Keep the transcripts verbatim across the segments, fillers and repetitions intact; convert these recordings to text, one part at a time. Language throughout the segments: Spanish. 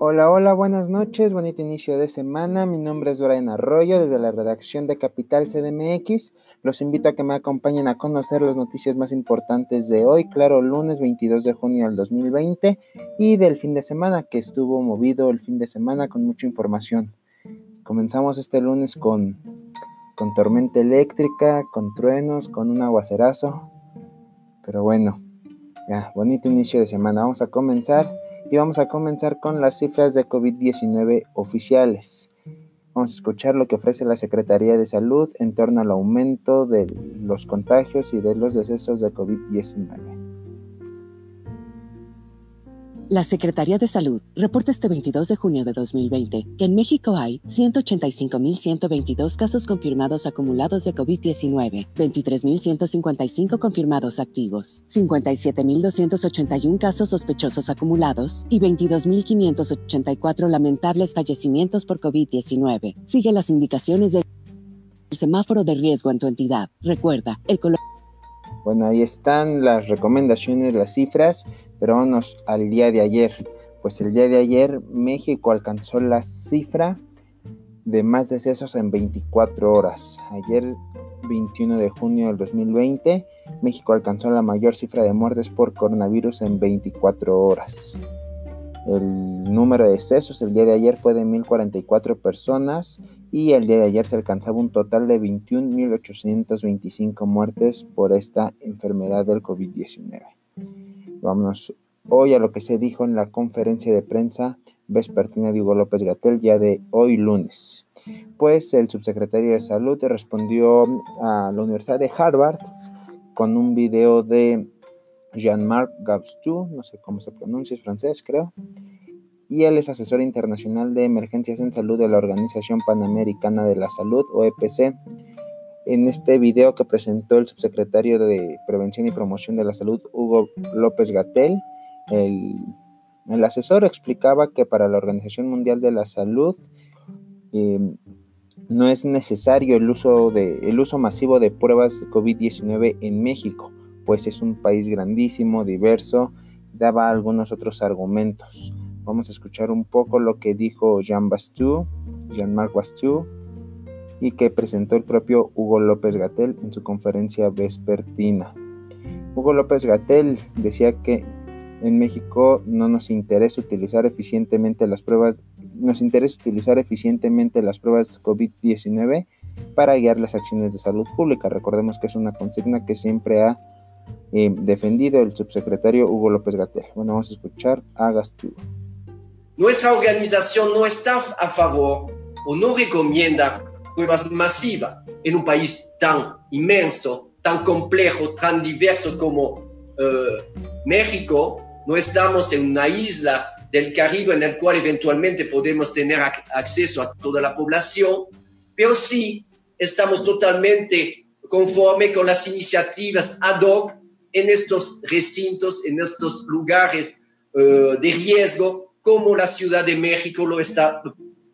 Hola, hola, buenas noches, bonito inicio de semana. Mi nombre es Brian Arroyo, desde la redacción de Capital C D M X. Los invito a que me acompañen a conocer las noticias más importantes de hoy, claro, lunes veintidós de junio del dos mil veinte, y del fin de semana, que estuvo movido el fin de semana con mucha información. Comenzamos este lunes con, con tormenta eléctrica, con truenos, con un aguacerazo, pero bueno, ya, bonito inicio de semana. Vamos a comenzar. Y vamos a comenzar con las cifras de COVID diecinueve oficiales. Vamos a escuchar lo que ofrece la Secretaría de Salud en torno al aumento de los contagios y de los decesos de COVID diecinueve. La Secretaría de Salud reporta este veintidós de junio de dos mil veinte que en México hay ciento ochenta y cinco mil ciento veintidós casos confirmados acumulados de COVID diecinueve, veintitrés mil ciento cincuenta y cinco confirmados activos, cincuenta y siete mil doscientos ochenta y uno casos sospechosos acumulados y veintidós mil quinientos ochenta y cuatro lamentables fallecimientos por COVID diecinueve. Sigue las indicaciones del semáforo de riesgo en tu entidad. Recuerda, el color... Bueno, ahí están las recomendaciones, las cifras, pero vámonos al día de ayer. Pues el día de ayer México alcanzó la cifra de más decesos en veinticuatro horas. Ayer, veintiuno de junio del dos mil veinte, México alcanzó la mayor cifra de muertes por coronavirus en veinticuatro horas. El número de decesos el día de ayer fue de mil cuarenta y cuatro personas y el día de ayer se alcanzaba un total de veintiún mil ochocientas veinticinco muertes por esta enfermedad del COVID diecinueve. Vámonos hoy a lo que se dijo en la conferencia de prensa vespertina de Hugo López-Gatell, ya de hoy lunes. Pues el subsecretario de Salud respondió a la Universidad de Harvard con un video de Jean-Marc Gabustou, no sé cómo se pronuncia, es francés creo, y él es asesor internacional de emergencias en salud de la Organización Panamericana de la Salud, O E P C. En este video que presentó el subsecretario de Prevención y Promoción de la Salud, Hugo López-Gatell, el, el asesor explicaba que para la Organización Mundial de la Salud eh, no es necesario el uso, de, el uso masivo de pruebas COVID diecinueve en México, pues es un país grandísimo, diverso, daba algunos otros argumentos. Vamos a escuchar un poco lo que dijo Jean Bastou, Jean-Marc Bastou, y que presentó el propio Hugo López-Gatell en su conferencia vespertina. Hugo López-Gatell decía que en México no nos interesa utilizar eficientemente las pruebas, nos interesa utilizar eficientemente las pruebas COVID diecinueve para guiar las acciones de salud pública. Recordemos que es una consigna que siempre ha eh, defendido el subsecretario Hugo López-Gatell. Bueno, vamos a escuchar a Gastou. Nuestra organización no está a favor o no recomienda pruebas masivas en un país tan inmenso, tan complejo, tan diverso como uh, México. No estamos en una isla del Caribe en el cual eventualmente podemos tener ac- acceso a toda la población, pero sí estamos totalmente conforme con las iniciativas ad hoc en estos recintos, en estos lugares uh, de riesgo, como la Ciudad de México lo está.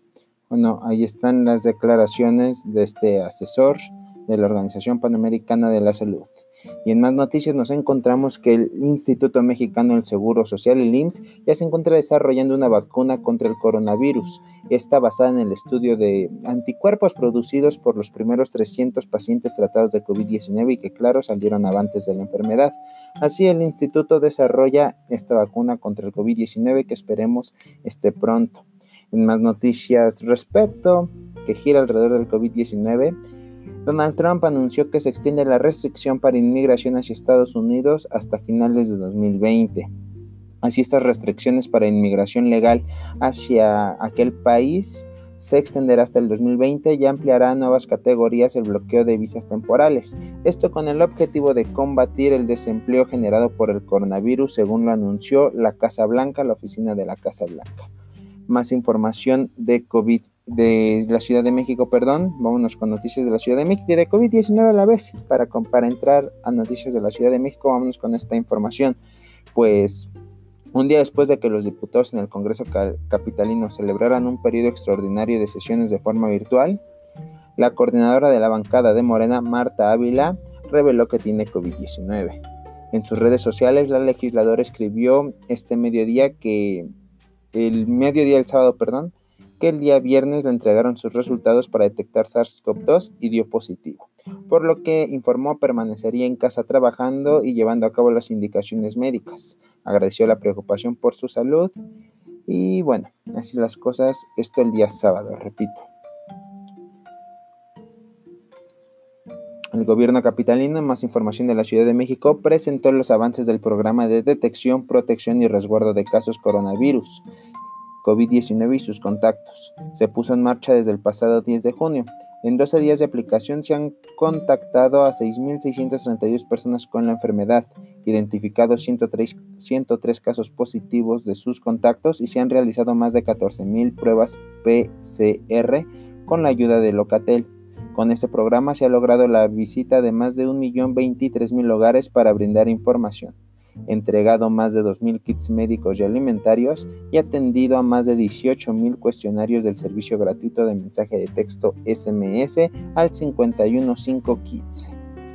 Bueno, ahí están las declaraciones de este asesor de la Organización Panamericana de la Salud. Y en más noticias nos encontramos que el Instituto Mexicano del Seguro Social, el I M S S, ya se encuentra desarrollando una vacuna contra el coronavirus. Está basada en el estudio de anticuerpos producidos por los primeros trescientos pacientes tratados de COVID diecinueve y que, claro, salieron avantes de la enfermedad. Así, el instituto desarrolla esta vacuna contra el COVID diecinueve que esperemos esté pronto. En más noticias respecto que gira alrededor del COVID diecinueve, Donald Trump anunció que se extiende la restricción para inmigración hacia Estados Unidos hasta finales de dos mil veinte. Así, estas restricciones para inmigración legal hacia aquel país se extenderá hasta el dos mil veinte y ampliará a nuevas categorías el bloqueo de visas temporales. Esto con el objetivo de combatir el desempleo generado por el coronavirus, según lo anunció la Casa Blanca, la oficina de la Casa Blanca. Más información de COVID, de la Ciudad de México, perdón, vámonos con noticias de la Ciudad de México y de COVID diecinueve a la vez. Para, para entrar a noticias de la Ciudad de México, vámonos con esta información. Pues un día después de que los diputados en el Congreso Capitalino celebraran un periodo extraordinario de sesiones de forma virtual, la coordinadora de la bancada de Morena, Marta Ávila, reveló que tiene COVID diecinueve. En sus redes sociales, la legisladora escribió este mediodía que el mediodía del sábado, perdón, que el día viernes le entregaron sus resultados para detectar SARS-CoV dos y dio positivo, por lo que informó permanecería en casa trabajando y llevando a cabo las indicaciones médicas. Agradeció la preocupación por su salud y bueno, así las cosas, esto el día sábado, repito. El gobierno capitalino, más información de la Ciudad de México, presentó los avances del programa de detección, protección y resguardo de casos coronavirus, COVID diecinueve y sus contactos. Se puso en marcha desde el pasado diez de junio. En doce días de aplicación se han contactado a seis mil seiscientas treinta y dos personas con la enfermedad, identificado ciento tres, ciento tres casos positivos de sus contactos y se han realizado más de catorce mil pruebas P C R con la ayuda de Locatel. Con este programa se ha logrado la visita de más de un millón veintitrés mil hogares para brindar información, entregado más de dos mil kits médicos y alimentarios y atendido a más de dieciocho mil cuestionarios del servicio gratuito de mensaje de texto S M S al cincuenta y uno cinco kits.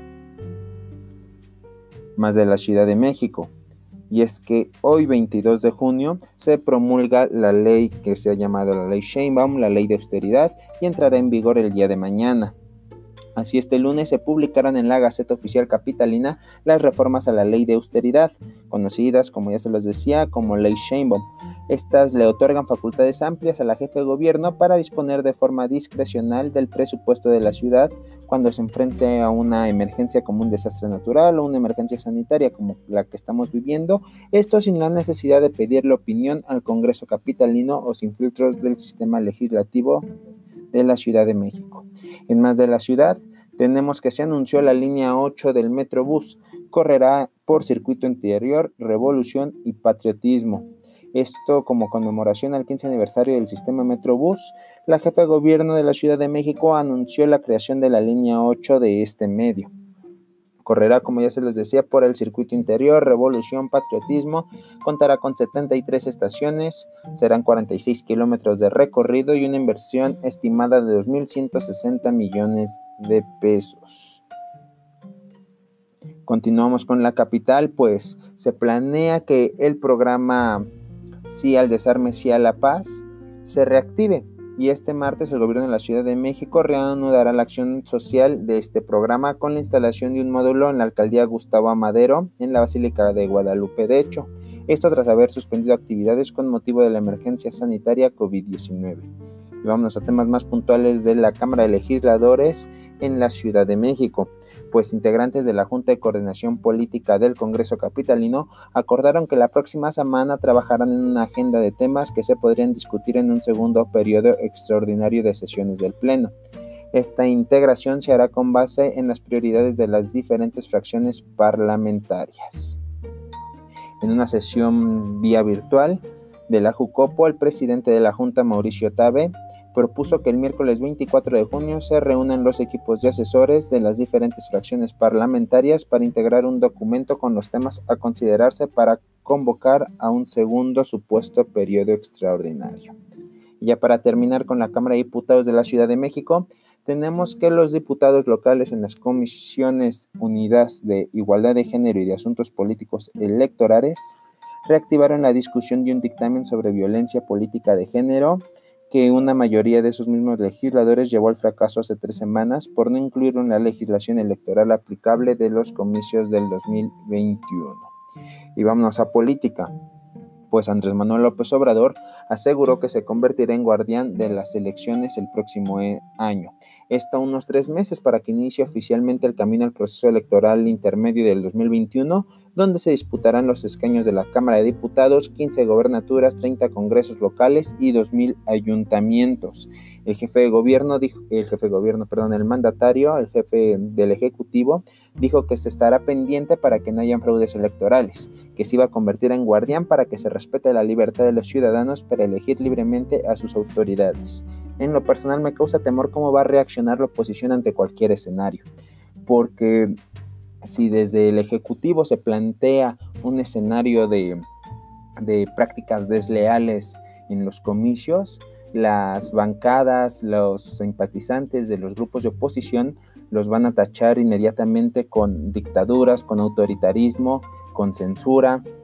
Más de la Ciudad de México. Y es que hoy veintidós de junio se promulga la ley que se ha llamado la ley Sheinbaum, la ley de austeridad, y entrará en vigor el día de mañana. Así este lunes se publicaron en la Gaceta Oficial Capitalina las reformas a la ley de austeridad, conocidas, como ya se los decía, como ley Sheinbaum. Estas le otorgan facultades amplias a la jefe de gobierno para disponer de forma discrecional del presupuesto de la ciudad cuando se enfrente a una emergencia como un desastre natural o una emergencia sanitaria como la que estamos viviendo, esto sin la necesidad de pedirle opinión al Congreso capitalino o sin filtros del sistema legislativo de la Ciudad de México. En más de la ciudad, tenemos que se anunció la línea ocho del Metrobús, correrá por circuito interior, Revolución y Patriotismo. Esto como conmemoración al quince aniversario del sistema Metrobús. La jefa de gobierno de la Ciudad de México anunció la creación de la línea ocho de este medio. Correrá, como ya se les decía, por el circuito interior, Revolución, Patriotismo, contará con setenta y tres estaciones, serán cuarenta y seis kilómetros de recorrido y una inversión estimada de dos mil ciento sesenta millones de pesos. Continuamos con la capital, pues se planea que el programa Sí al Desarme, Sí a la Paz se reactive. Y este martes el gobierno de la Ciudad de México reanudará la acción social de este programa con la instalación de un módulo en la alcaldía Gustavo Amadero en la Basílica de Guadalupe. De hecho, esto tras haber suspendido actividades con motivo de la emergencia sanitaria COVID diecinueve. Y vámonos a temas más puntuales de la Cámara de Legisladores en la Ciudad de México, pues integrantes de la Junta de Coordinación Política del Congreso Capitalino acordaron que la próxima semana trabajarán en una agenda de temas que se podrían discutir en un segundo periodo extraordinario de sesiones del Pleno. Esta integración se hará con base en las prioridades de las diferentes fracciones parlamentarias. En una sesión vía virtual de la Jucopo, el presidente de la Junta, Mauricio Tabe, propuso que el miércoles veinticuatro de junio se reúnan los equipos de asesores de las diferentes fracciones parlamentarias para integrar un documento con los temas a considerarse para convocar a un segundo supuesto periodo extraordinario. Y ya para terminar con la Cámara de Diputados de la Ciudad de México, tenemos que los diputados locales en las comisiones unidas de Igualdad de Género y de Asuntos Políticos Electorales reactivaron la discusión de un dictamen sobre violencia política de género que una mayoría de esos mismos legisladores llevó al fracaso hace tres semanas por no incluirlo en la legislación electoral aplicable de los comicios del dos mil veintiuno. Y vámonos a política, pues Andrés Manuel López Obrador aseguró que se convertirá en guardián de las elecciones el próximo año. Esto a unos tres meses para que inicie oficialmente el camino al proceso electoral intermedio del dos mil veintiuno, donde se disputarán los escaños de la Cámara de Diputados, quince gobernaturas, treinta congresos locales y dos mil ayuntamientos. El jefe de gobierno dijo, el jefe de gobierno, perdón, el mandatario, el jefe del Ejecutivo, dijo que se estará pendiente para que no hayan fraudes electorales, que se iba a convertir en guardián para que se respete la libertad de los ciudadanos para elegir libremente a sus autoridades. En lo personal me causa temor cómo va a reaccionar la oposición ante cualquier escenario, porque si desde el Ejecutivo se plantea un escenario de, de prácticas desleales en los comicios, las bancadas, los simpatizantes de los grupos de oposición los van a tachar inmediatamente con dictaduras, con autoritarismo, con censura.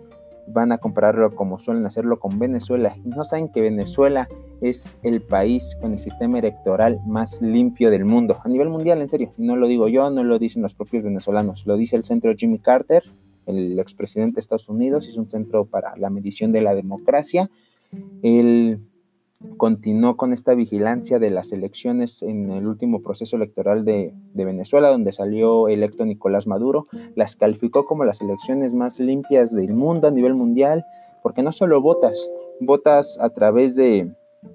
van a compararlo como suelen hacerlo con Venezuela. Y no saben que Venezuela es el país con el sistema electoral más limpio del mundo, a nivel mundial, en serio. No lo digo yo, no lo dicen los propios venezolanos, lo dice el centro Jimmy Carter, el expresidente de Estados Unidos, es un centro para la medición de la democracia. Él continuó con esta vigilancia de las elecciones en el último proceso electoral de, de Venezuela, donde salió electo Nicolás Maduro. Las calificó como las elecciones más limpias del mundo a nivel mundial, porque no solo votas, votas a través de,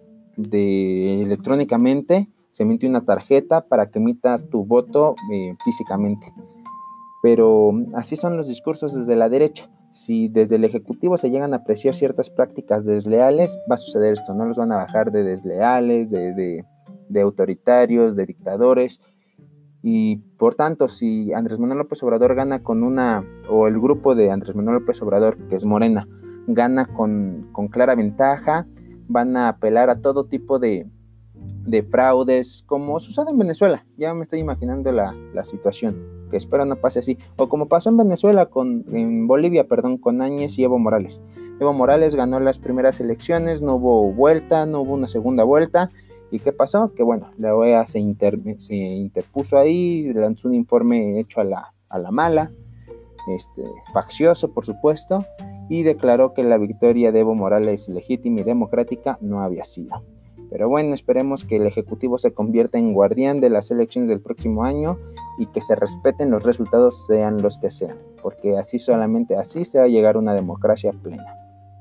de electrónicamente, se emite una tarjeta para que emitas tu voto eh, físicamente. Pero así son los discursos desde la derecha. Si desde el Ejecutivo se llegan a apreciar ciertas prácticas desleales, va a suceder esto, no los van a bajar de desleales, de, de, de autoritarios, de dictadores. Y por tanto, si Andrés Manuel López Obrador gana con una, o el grupo de Andrés Manuel López Obrador, que es Morena, gana con, con clara ventaja, van a apelar a todo tipo de, de fraudes, como sucede en Venezuela. Ya me estoy imaginando la, la situación, que espero no pase así, o como pasó en Venezuela, con, en Bolivia, perdón, con Áñez y Evo Morales. Evo Morales ganó las primeras elecciones, no hubo vuelta, no hubo una segunda vuelta, ¿y qué pasó? Que bueno, la O E A se, inter, se interpuso ahí, lanzó un informe hecho a la, a la mala, este, faccioso por supuesto, y declaró que la victoria de Evo Morales legítima y democrática no había sido. Pero bueno, esperemos que el Ejecutivo se convierta en guardián de las elecciones del próximo año y que se respeten los resultados, sean los que sean, porque así solamente así se va a llegar a una democracia plena.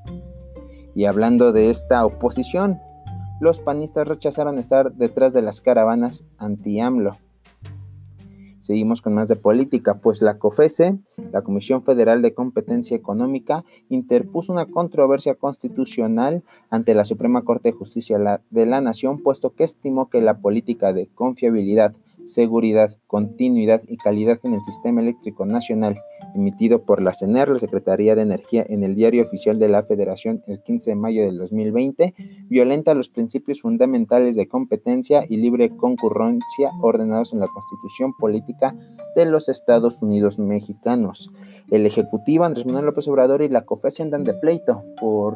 Y hablando de esta oposición, los panistas rechazaron estar detrás de las caravanas anti-AMLO. Seguimos con más de política, pues la COFECE, la Comisión Federal de Competencia Económica, interpuso una controversia constitucional ante la Suprema Corte de Justicia de la Nación, puesto que estimó que la política de confiabilidad, seguridad, continuidad y calidad en el sistema eléctrico nacional, emitido por la CENER, la Secretaría de Energía, en el Diario Oficial de la Federación el quince de mayo del dos mil veinte, violenta los principios fundamentales de competencia y libre concurrencia ordenados en la Constitución Política de los Estados Unidos Mexicanos. El Ejecutivo, Andrés Manuel López Obrador y la COFECE andan de pleito por...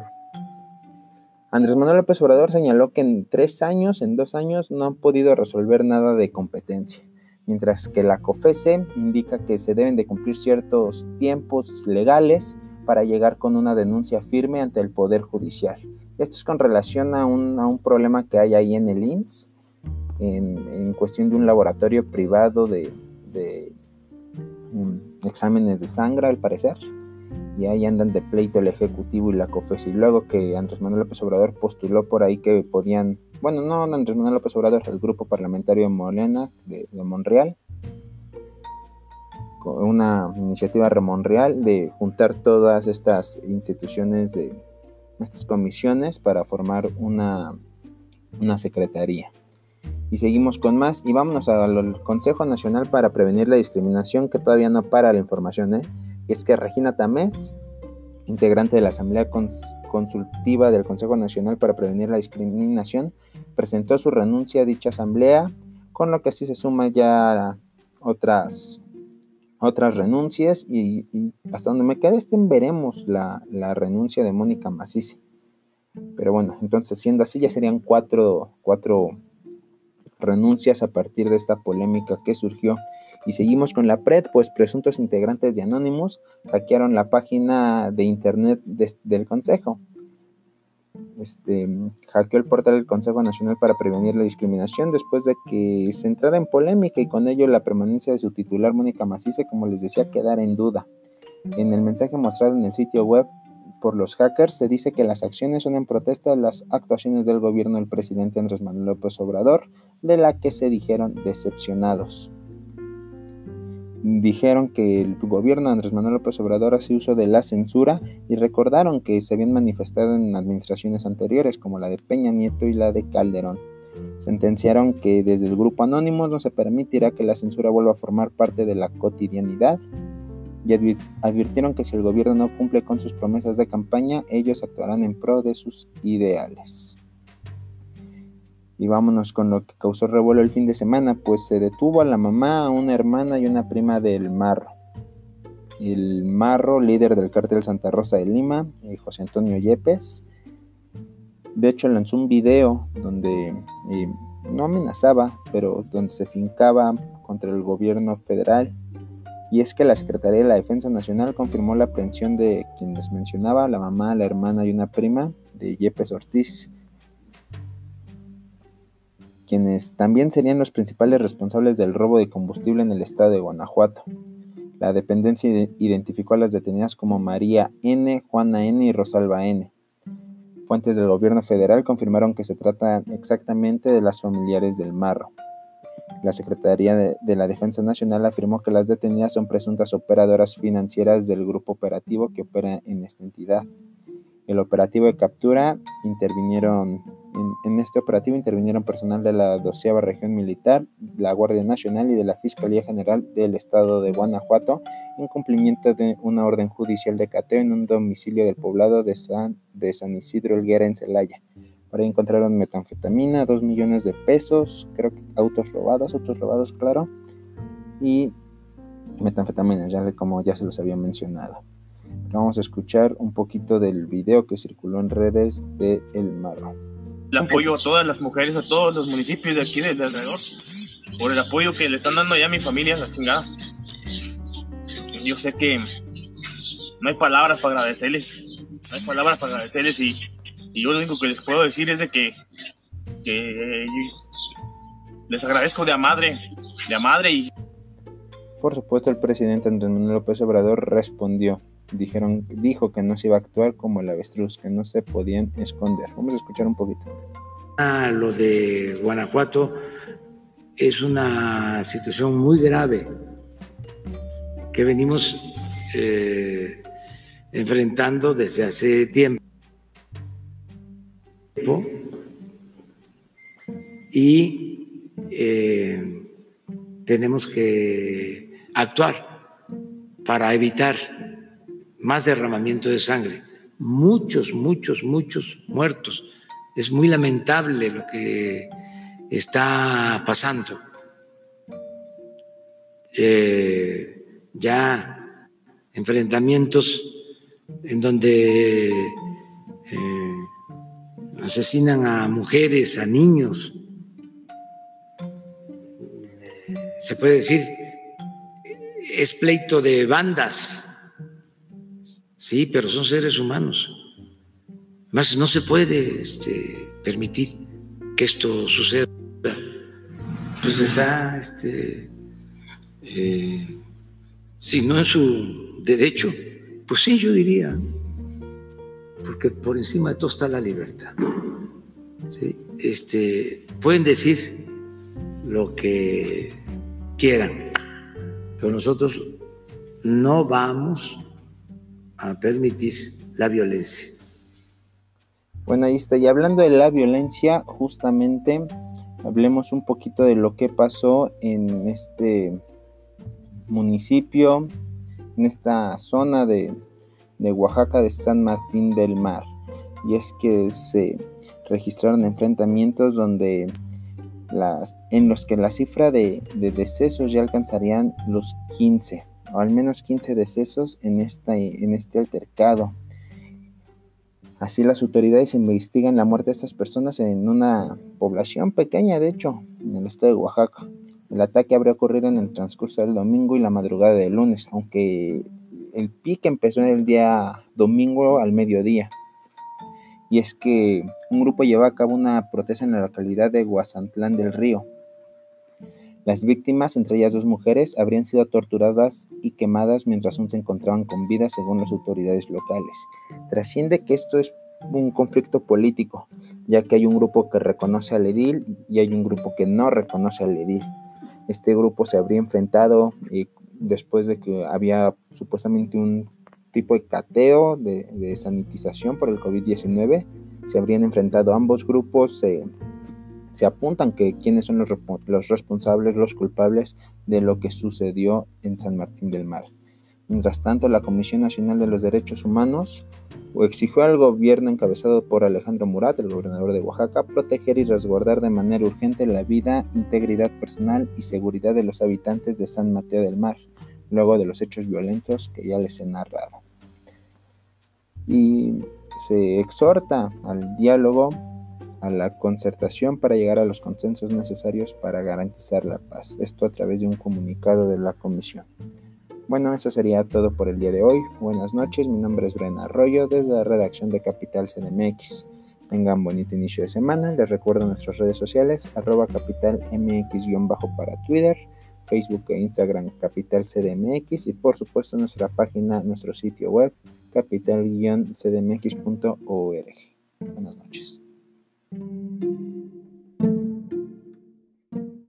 Andrés Manuel López Obrador señaló que en tres años, en dos años, no han podido resolver nada de competencia, mientras que la COFECE indica que se deben de cumplir ciertos tiempos legales para llegar con una denuncia firme ante el Poder Judicial. Esto es con relación a un, a un problema que hay ahí en el I M S S, en, en cuestión de un laboratorio privado de, de um, exámenes de sangre, al parecer. Y ahí andan de pleito el Ejecutivo y la COFECE. Y luego que Andrés Manuel López Obrador postuló por ahí que podían, bueno, no Andrés Manuel López Obrador, el grupo parlamentario de Morena, de, de Monreal, con una iniciativa de Monreal de juntar todas estas instituciones, de estas comisiones para formar una, una secretaría. Y seguimos con más y vámonos al Consejo Nacional para Prevenir la Discriminación, que todavía no para la información, ¿eh? Y es que Regina Tamés, integrante de la Asamblea Cons- Consultiva del Consejo Nacional para Prevenir la Discriminación, presentó su renuncia a dicha asamblea, con lo que así se suman ya otras, otras renuncias y, y hasta donde me quede estén veremos la, la renuncia de Mónica Macice. Pero bueno, entonces siendo así ya serían cuatro, cuatro renuncias a partir de esta polémica que surgió. Y seguimos con la P R E D, pues presuntos integrantes de Anonymous hackearon la página de internet de, del Consejo. Este, hackeó el portal del Consejo Nacional para Prevenir la Discriminación después de que se entrara en polémica y con ello la permanencia de su titular Mónica Macice, como les decía, quedara en duda. En el mensaje mostrado en el sitio web por los hackers se dice que las acciones son en protesta de las actuaciones del gobierno del presidente Andrés Manuel López Obrador, de la que se dijeron decepcionados. Dijeron que el gobierno de Andrés Manuel López Obrador hace uso de la censura y recordaron que se habían manifestado en administraciones anteriores como la de Peña Nieto y la de Calderón. Sentenciaron que desde el grupo Anónimos no se permitirá que la censura vuelva a formar parte de la cotidianidad y advir- advirtieron que si el gobierno no cumple con sus promesas de campaña, ellos actuarán en pro de sus ideales. Y vámonos con lo que causó revuelo el fin de semana, pues se detuvo a la mamá, a una hermana y una prima del Marro. el Marro, líder del cártel Santa Rosa de Lima, eh, José Antonio Yepes. De hecho, lanzó un video donde eh, no amenazaba, pero donde se fincaba contra el gobierno federal. Y es que la Secretaría de la Defensa Nacional confirmó la aprehensión de quien les mencionaba, la mamá, la hermana y una prima de Yepes Ortiz, quienes también serían los principales responsables del robo de combustible en el estado de Guanajuato. La dependencia identificó a las detenidas como María N., Juana N. y Rosalba N. Fuentes del gobierno federal confirmaron que se trata exactamente de las familiares del Marro. La Secretaría de, de la Defensa Nacional afirmó que las detenidas son presuntas operadoras financieras del grupo operativo que opera en esta entidad. El operativo de captura intervinieron, en, en este operativo intervinieron personal de la doceava Región Militar, la Guardia Nacional y de la Fiscalía General del Estado de Guanajuato en cumplimiento de una orden judicial de cateo en un domicilio del poblado de San, de San Isidro Helguera en Celaya. Por ahí encontraron metanfetamina, dos millones de pesos, creo que autos robados, autos robados, claro, y metanfetamina, ya como ya se los había mencionado. Vamos a escuchar un poquito del video que circuló en redes de El Marro. El apoyo a todas las mujeres, a todos los municipios de aquí, de, de alrededor, por el apoyo que le están dando allá a mi familia, la chingada. Yo sé que no hay palabras para agradecerles, no hay palabras para agradecerles y Y yo lo único que les puedo decir es de que, que les agradezco de a madre, de a madre. Y por supuesto, el presidente Andrés Manuel López Obrador respondió. Dijeron, dijo que no se iba a actuar como el avestruz, que no se podían esconder. Vamos a escuchar un poquito. Ah, lo de Guanajuato es una situación muy grave que venimos eh, enfrentando desde hace tiempo. Y eh, tenemos que actuar para evitar más derramamiento de sangre. Muchos, muchos, muchos muertos. Es muy lamentable lo que está pasando. Eh, ya enfrentamientos en donde eh, asesinan a mujeres, a niños. Se puede decir, es pleito de bandas. Sí, pero son seres humanos. Más no se puede este, permitir que esto suceda. Pues está, este, eh, si no es su derecho, pues sí, yo diría, porque por encima de todo está la libertad. ¿Sí? Este, pueden decir lo que quieran, pero nosotros no vamos a permitir la violencia. Bueno, ahí está. Y hablando de la violencia, justamente hablemos un poquito de lo que pasó en este municipio, en esta zona de, de Oaxaca, de San Martín del Mar. Y es que se registraron enfrentamientos donde las, en los que la cifra de, de decesos ya alcanzarían los quince, o al menos quince decesos en, esta, en este altercado. Así las autoridades investigan la muerte de estas personas en una población pequeña, de hecho, en el estado de Oaxaca. El ataque habría ocurrido en el transcurso del domingo y la madrugada del lunes, aunque el pique empezó en el día domingo al mediodía. Y es que un grupo llevó a cabo una protesta en la localidad de Guazatlán del Río. Las víctimas, entre ellas dos mujeres, habrían sido torturadas y quemadas mientras aún se encontraban con vida, según las autoridades locales. Trasciende que esto es un conflicto político, ya que hay un grupo que reconoce al edil y hay un grupo que no reconoce al edil. Este grupo se habría enfrentado eh, después de que había supuestamente un tipo de cateo, de, de sanitización por el covid diecinueve. Se habrían enfrentado ambos grupos. Eh, se apuntan que quiénes son los, los responsables, los culpables de lo que sucedió en San Martín del Mar. Mientras tanto, la Comisión Nacional de los Derechos Humanos exigió al gobierno encabezado por Alejandro Murat, el gobernador de Oaxaca, proteger y resguardar de manera urgente la vida, integridad personal y seguridad de los habitantes de San Mateo del Mar, luego de los hechos violentos que ya les he narrado. Y se exhorta al diálogo, a la concertación para llegar a los consensos necesarios para garantizar la paz. Esto a través de un comunicado de la Comisión. Bueno, eso sería todo por el día de hoy. Buenas noches, mi nombre es Brena Arroyo desde la redacción de Capital C D M X. Tengan bonito inicio de semana. Les recuerdo nuestras redes sociales, arroba capital mx-bajo para Twitter, Facebook e Instagram Capital C D M X y por supuesto nuestra página, nuestro sitio web capital guion c d m x punto org. Buenas noches.